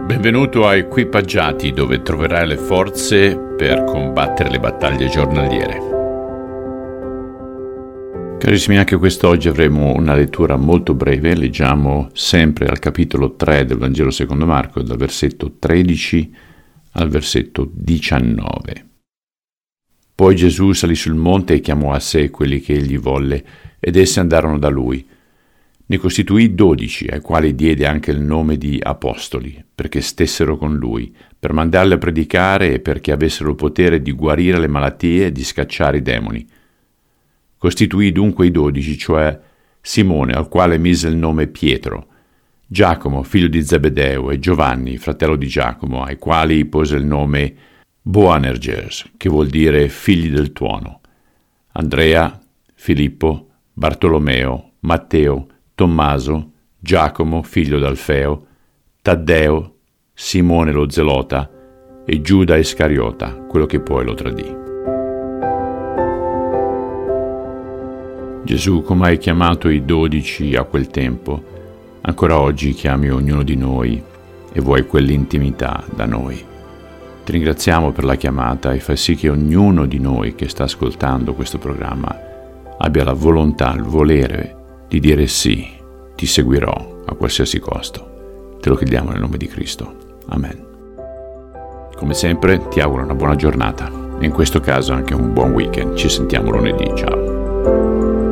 Benvenuto a Equipaggiati, dove troverai le forze per combattere le battaglie giornaliere. Carissimi, anche quest'oggi avremo una lettura molto breve. Leggiamo sempre al capitolo 3 del Vangelo secondo Marco, dal versetto 13 al versetto 19. Poi Gesù salì sul monte e chiamò a sé quelli che egli volle, ed essi andarono da lui. Ne costituì 12, ai quali diede anche il nome di apostoli, perché stessero con lui, per mandarli a predicare e perché avessero il potere di guarire le malattie e di scacciare i demoni. Costituì dunque i 12, cioè Simone, al quale mise il nome Pietro, Giacomo, figlio di Zebedeo, e Giovanni, fratello di Giacomo, ai quali pose il nome Boanerges, che vuol dire figli del tuono, Andrea, Filippo, Bartolomeo, Matteo, Tommaso, Giacomo, figlio d'Alfeo, Taddeo, Simone lo Zelota e Giuda Iscariota, quello che poi lo tradì. Gesù, come hai chiamato i 12 a quel tempo, ancora oggi chiami ognuno di noi e vuoi quell'intimità da noi. Ti ringraziamo per la chiamata e fai sì che ognuno di noi che sta ascoltando questo programma abbia la volontà, il volere di dire sì, ti seguirò a qualsiasi costo. Te lo chiediamo nel nome di Cristo. Amen. Come sempre ti auguro una buona giornata e in questo caso anche un buon weekend. Ci sentiamo lunedì. Ciao.